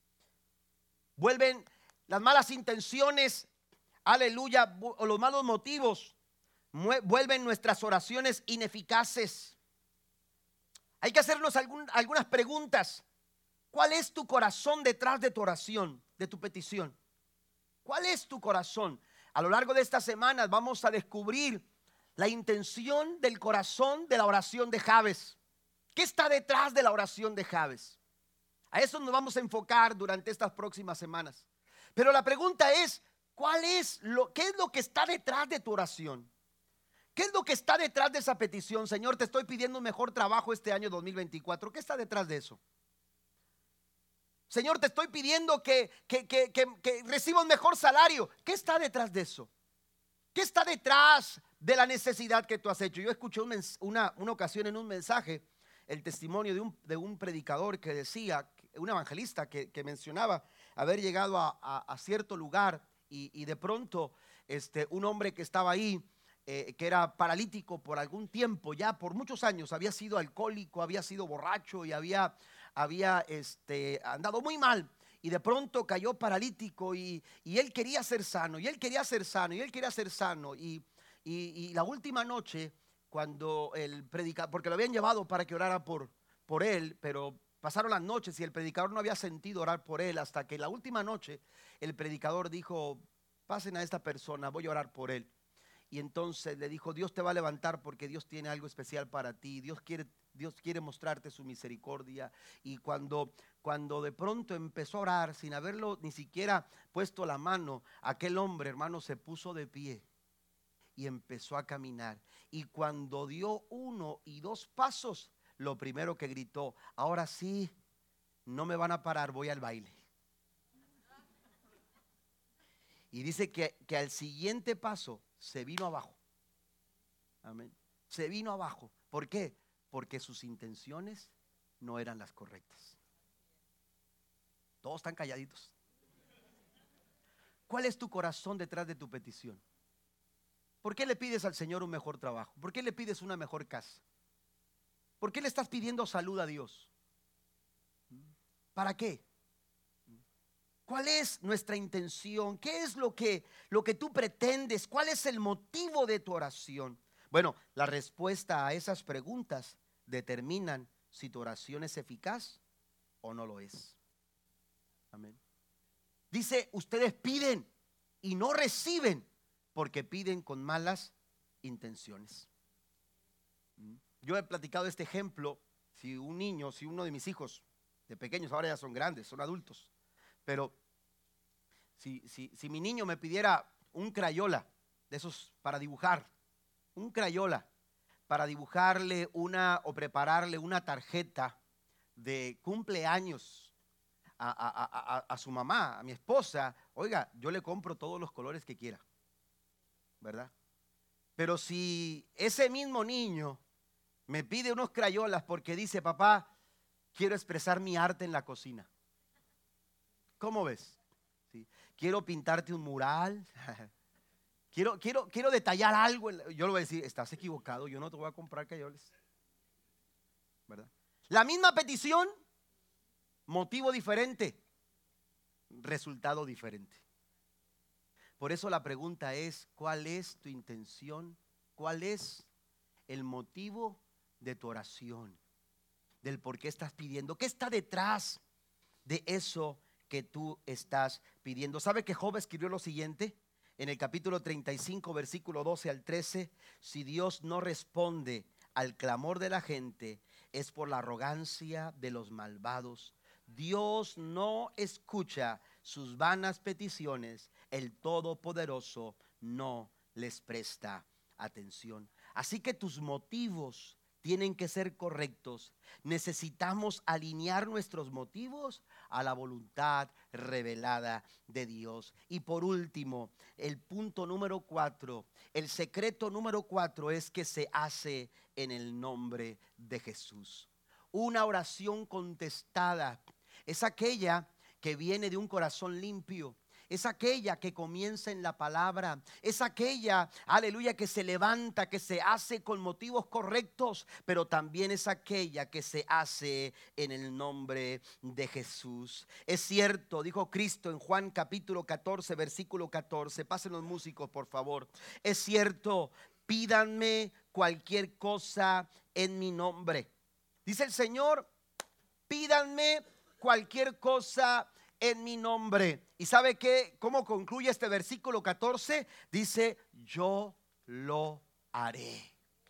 Vuelven las malas intenciones, aleluya, o los malos motivos, vuelven nuestras oraciones ineficaces. Hay que hacernos algún, algunas preguntas. ¿Cuál es tu corazón detrás de tu oración, de tu petición? ¿Cuál es tu corazón? A lo largo de estas semanas vamos a descubrir la intención del corazón de la oración de Jabes. ¿Qué está detrás de la oración de Jabes? A eso nos vamos a enfocar durante estas próximas semanas. Pero la pregunta es: ¿cuál es lo, qué es lo que está detrás de tu oración? ¿Qué es lo que está detrás de esa petición? Señor, te estoy pidiendo un mejor trabajo este año dos mil veinticuatro. ¿Qué está detrás de eso? Señor, te estoy pidiendo que, que, que, que, que reciba un mejor salario. ¿Qué está detrás de eso? ¿Qué está detrás de la necesidad que tú has hecho? Yo escuché un una, una ocasión en un mensaje el testimonio de un, de un predicador que decía, un evangelista que, que mencionaba haber llegado a, a, a cierto lugar y, y de pronto este, un hombre que estaba ahí, eh, que era paralítico por algún tiempo, ya por muchos años, había sido alcohólico, había sido borracho y había... había este, andado muy mal, y de pronto cayó paralítico y, y él quería ser sano, y él quería ser sano, y él quería ser sano. Y, y, y la última noche, cuando el predicador, porque lo habían llevado para que orara por, por él, pero pasaron las noches y el predicador no había sentido orar por él, hasta que la última noche el predicador dijo: pasen a esta persona, voy a orar por él. Y entonces le dijo: Dios te va a levantar porque Dios tiene algo especial para ti. Dios quiere, Dios quiere mostrarte su misericordia. Y cuando, cuando de pronto empezó a orar sin haberlo ni siquiera puesto la mano, aquel hombre, hermano, se puso de pie y empezó a caminar. Y cuando dio uno y dos pasos, lo primero que gritó: ahora sí, no me van a parar, voy al baile. Y dice que, que al siguiente paso se vino abajo. Amén. Se vino abajo. ¿Por qué? Porque sus intenciones no eran las correctas. Todos están calladitos. ¿Cuál es tu corazón detrás de tu petición? ¿Por qué le pides al Señor un mejor trabajo? ¿Por qué le pides una mejor casa? ¿Por qué le estás pidiendo salud a Dios? ¿Para qué? ¿Cuál es nuestra intención? ¿Qué es lo que, lo que tú pretendes? ¿Cuál es el motivo de tu oración? Bueno, la respuesta a esas preguntas determinan si tu oración es eficaz o no lo es. Amén. Dice: ustedes piden y no reciben porque piden con malas intenciones. Yo he platicado este ejemplo. Si un niño, si uno de mis hijos de pequeños, ahora ya son grandes, son adultos, pero si, si, si mi niño me pidiera un crayola de esos para dibujar, un crayola para dibujarle una o prepararle una tarjeta de cumpleaños a, a, a, a su mamá, a mi esposa, oiga, yo le compro todos los colores que quiera, ¿verdad? Pero si ese mismo niño me pide unos crayolas porque dice: papá, quiero expresar mi arte en la cocina, ¿cómo ves? ¿sí? Quiero pintarte un mural. quiero, quiero, quiero detallar algo. Yo le voy a decir, estás equivocado, yo no te voy a comprar crayoles, ¿verdad? La misma petición, motivo diferente, resultado diferente. Por eso la pregunta es, ¿cuál es tu intención? ¿Cuál es el motivo de tu oración? Del por qué estás pidiendo. ¿Qué está detrás de eso que tú estás pidiendo? ¿Sabe que Job escribió lo siguiente? En el capítulo treinta y cinco, versículo doce al trece. Si Dios no responde al clamor de la gente, es por la arrogancia de los malvados. Dios no escucha sus vanas peticiones. El Todopoderoso no les presta atención. Así que tus motivos tienen que ser correctos. Necesitamos alinear nuestros motivos a la voluntad revelada de Dios. Y por último, el punto número cuatro, el secreto número cuatro es que se hace en el nombre de Jesús. Una oración contestada es aquella que viene de un corazón limpio. Es aquella que comienza en la palabra. Es aquella, aleluya, que se levanta, que se hace con motivos correctos. Pero también es aquella que se hace en el nombre de Jesús. Es cierto, dijo Cristo en Juan capítulo catorce, versículo catorce. Pasen los músicos, por favor. Es cierto, pídanme cualquier cosa en mi nombre. Dice el Señor, pídanme cualquier cosa en mi nombre. ¿Y sabe qué? ¿Cómo concluye este versículo catorce? Dice, yo lo haré.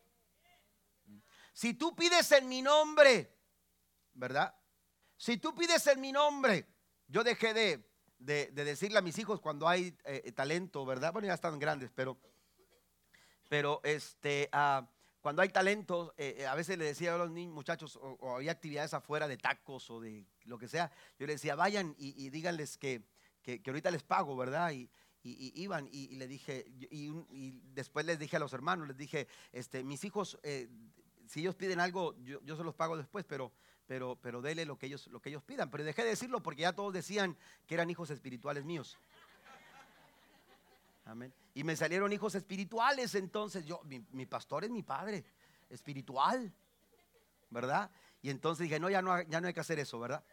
Si tú pides en mi nombre, ¿verdad? Si tú pides en mi nombre, yo dejé de, de, de decirle a mis hijos cuando hay eh, talento, ¿verdad? Bueno, ya están grandes, pero, pero este... Uh, Cuando hay talento, eh, a veces le decía a los niños, muchachos, o, o había actividades afuera de tacos o de lo que sea, yo les decía, vayan y, y díganles que, que, que ahorita les pago, ¿verdad? Y, y, y iban y, y le dije, y, y después les dije a los hermanos, les dije, este, mis hijos, eh, si ellos piden algo, yo, yo se los pago después, pero, pero, pero dele lo que, ellos, lo que ellos pidan. Pero dejé de decirlo porque ya todos decían que eran hijos espirituales míos. Amén. Y me salieron hijos espirituales. Entonces yo, mi, mi pastor es mi padre espiritual, ¿verdad? Y entonces dije, no, ya no, ya no hay que hacer eso, ¿verdad?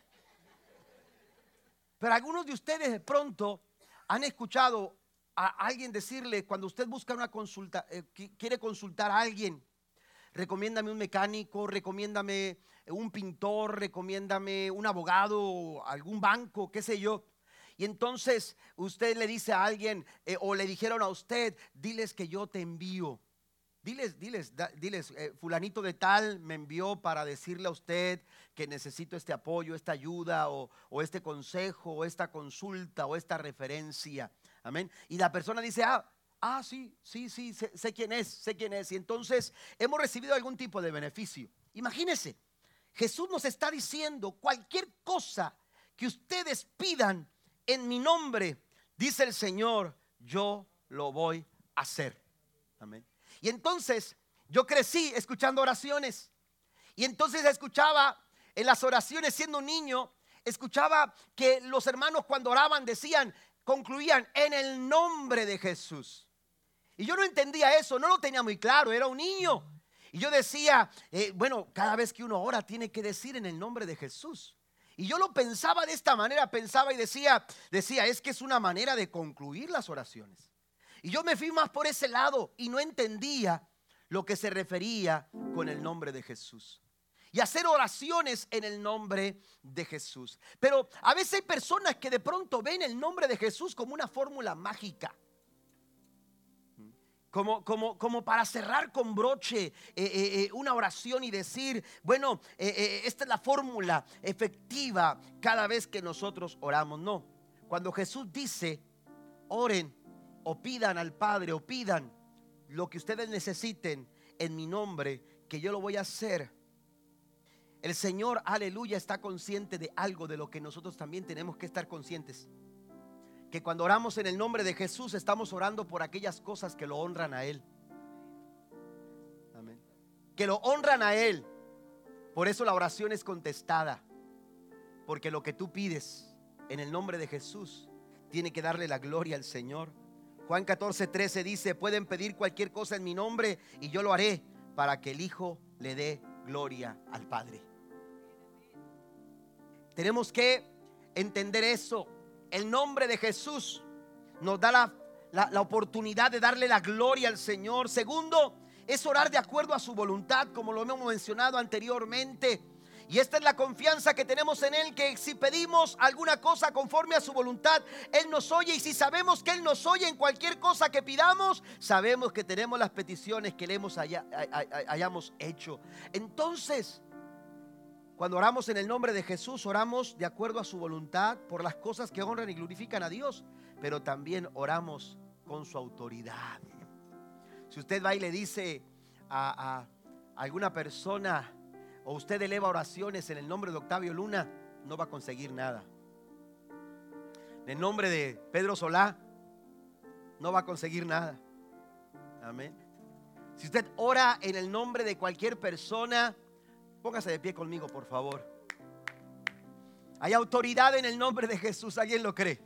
Pero algunos de ustedes de pronto han escuchado a alguien decirle, cuando usted busca una consulta, eh, quiere consultar a alguien, recomiéndame un mecánico, recomiéndame un pintor, recomiéndame un abogado, algún banco, qué sé yo. Y entonces usted le dice a alguien, eh, o le dijeron a usted, diles que yo te envío. Diles, diles, da, diles, eh, fulanito de tal me envió para decirle a usted que necesito este apoyo, esta ayuda, o, o este consejo, o esta consulta, o esta referencia. Amén. Y la persona dice, ah, ah, sí, sí, sí, sé, sé quién es, sé quién es. Y entonces hemos recibido algún tipo de beneficio. Imagínense, Jesús nos está diciendo, cualquier cosa que ustedes pidan en mi nombre, dice el Señor, yo lo voy a hacer. Amén. Y entonces yo crecí escuchando oraciones. Y entonces escuchaba en las oraciones, siendo un niño, escuchaba que los hermanos cuando oraban decían, concluían en el nombre de Jesús. Y yo no entendía eso, no lo tenía muy claro, era un niño. Y yo decía, eh, bueno, cada vez que uno ora tiene que decir en el nombre de Jesús. Y yo lo pensaba de esta manera, pensaba y decía, decía, es que es una manera de concluir las oraciones. Y yo me fui más por ese lado y no entendía lo que se refería con el nombre de Jesús. Y hacer oraciones en el nombre de Jesús. Pero a veces hay personas que de pronto ven el nombre de Jesús como una fórmula mágica. Como, como, como para cerrar con broche eh, eh, eh, una oración y decir, bueno, eh, eh, esta es la fórmula efectiva cada vez que nosotros oramos. No, cuando Jesús dice, oren o pidan al Padre o pidan lo que ustedes necesiten en mi nombre, que yo lo voy a hacer. El Señor, aleluya, está consciente de algo de lo que nosotros también tenemos que estar conscientes. Que cuando oramos en el nombre de Jesús estamos orando por aquellas cosas que lo honran a Él. Amén. Que lo honran a Él. Por eso la oración es contestada. Porque lo que tú pides en el nombre de Jesús tiene que darle la gloria al Señor. Juan catorce, trece dice: pueden pedir cualquier cosa en mi nombre y yo lo haré, para que el Hijo le dé gloria al Padre. Tenemos que entender eso. El nombre de Jesús nos da la, la, la oportunidad de darle la gloria al Señor. Segundo, es orar de acuerdo a su voluntad, como lo hemos mencionado anteriormente. Y esta es la confianza que tenemos en Él, que si pedimos alguna cosa conforme a su voluntad, Él nos oye. Y si sabemos que Él nos oye en cualquier cosa que pidamos, sabemos que tenemos las peticiones que le hemos haya, hay, hayamos hecho. Entonces, cuando oramos en el nombre de Jesús, oramos de acuerdo a su voluntad por las cosas que honran y glorifican a Dios, pero también oramos con su autoridad. Si usted va y le dice a, a alguna persona, o usted eleva oraciones en el nombre de Octavio Luna, no va a conseguir nada. En el nombre de Pedro Solá, no va a conseguir nada. Amén. Si usted ora en el nombre de cualquier persona, póngase de pie conmigo, por favor. Hay autoridad en el nombre de Jesús. ¿Alguien lo cree?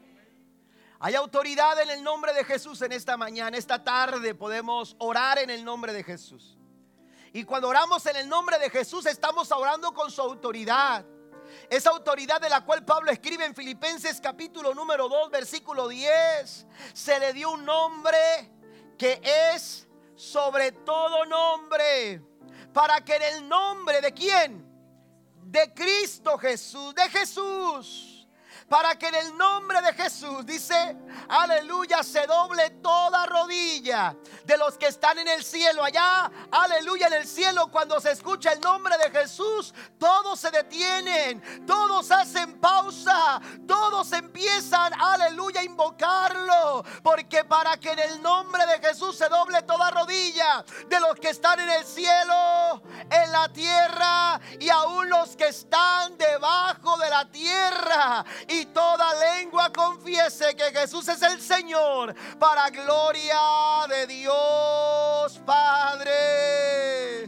Hay autoridad en el nombre de Jesús en esta mañana, esta tarde podemos orar en el nombre de Jesús. Y cuando oramos en el nombre de Jesús, estamos orando con su autoridad. Esa autoridad de la cual Pablo escribe en Filipenses capítulo número dos, versículo diez. Se le dio un nombre que es sobre todo nombre, para que en el nombre de ¿quién? De Cristo Jesús, de Jesús. Para que en el nombre de Jesús, dice, aleluya, se doble toda rodilla de los que están en el cielo. Allá, aleluya, en el cielo, cuando se escucha el nombre de Jesús, todos se detienen, todos hacen pausa, todos empiezan, aleluya, a invocarlo. Porque para que en el nombre de Jesús se doble toda rodilla de los que están en el cielo, en la tierra y aún los que están debajo de la tierra. Y toda lengua confiese que Jesús es el Señor, para gloria de Dios Padre.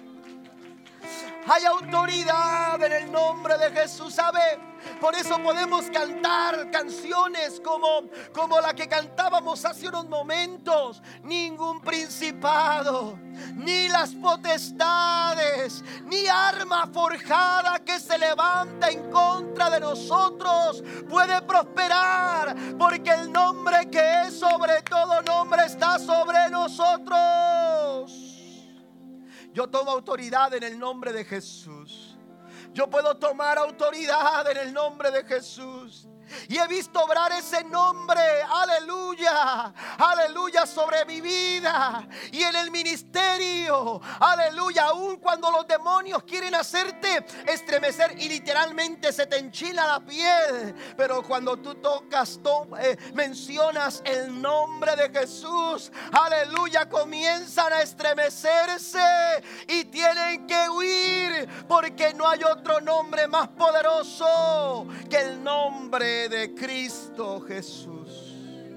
Hay autoridad en el nombre de Jesús, ¿sabe? Por eso podemos cantar canciones como, como la que cantábamos hace unos momentos. Ningún principado, ni las potestades, ni arma forjada que se levanta en contra de nosotros puede prosperar, porque el nombre que es sobre todo nombre está sobre nosotros. Yo tomo autoridad en el nombre de Jesús. Yo puedo tomar autoridad en el nombre de Jesús. Y he visto obrar ese nombre, aleluya, aleluya, sobre mi vida y en el ministerio, aleluya. Aún cuando los demonios quieren hacerte estremecer y literalmente se te enchila la piel, pero cuando tú tocas, to, eh, mencionas el nombre de Jesús, aleluya, comienzan a estremecerse y tienen que huir, porque no hay otro nombre más poderoso que el nombre de Cristo Jesús.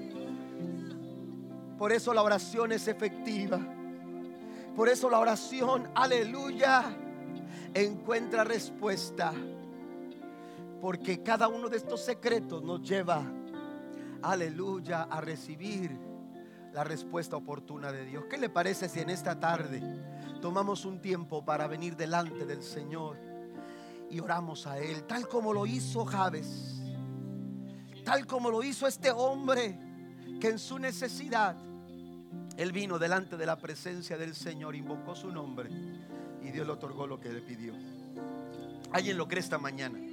Por eso la oración es efectiva. Por eso la oración, aleluya, encuentra respuesta. Porque cada uno de estos secretos nos lleva, aleluya, a recibir la respuesta oportuna de Dios. ¿Qué le parece si en esta tarde tomamos un tiempo para venir delante del Señor y oramos a Él, tal como lo hizo Jabes? Tal como lo hizo este hombre, que en su necesidad él vino delante de la presencia del Señor, invocó su nombre y Dios le otorgó lo que le pidió. ¿Alguien lo cree esta mañana?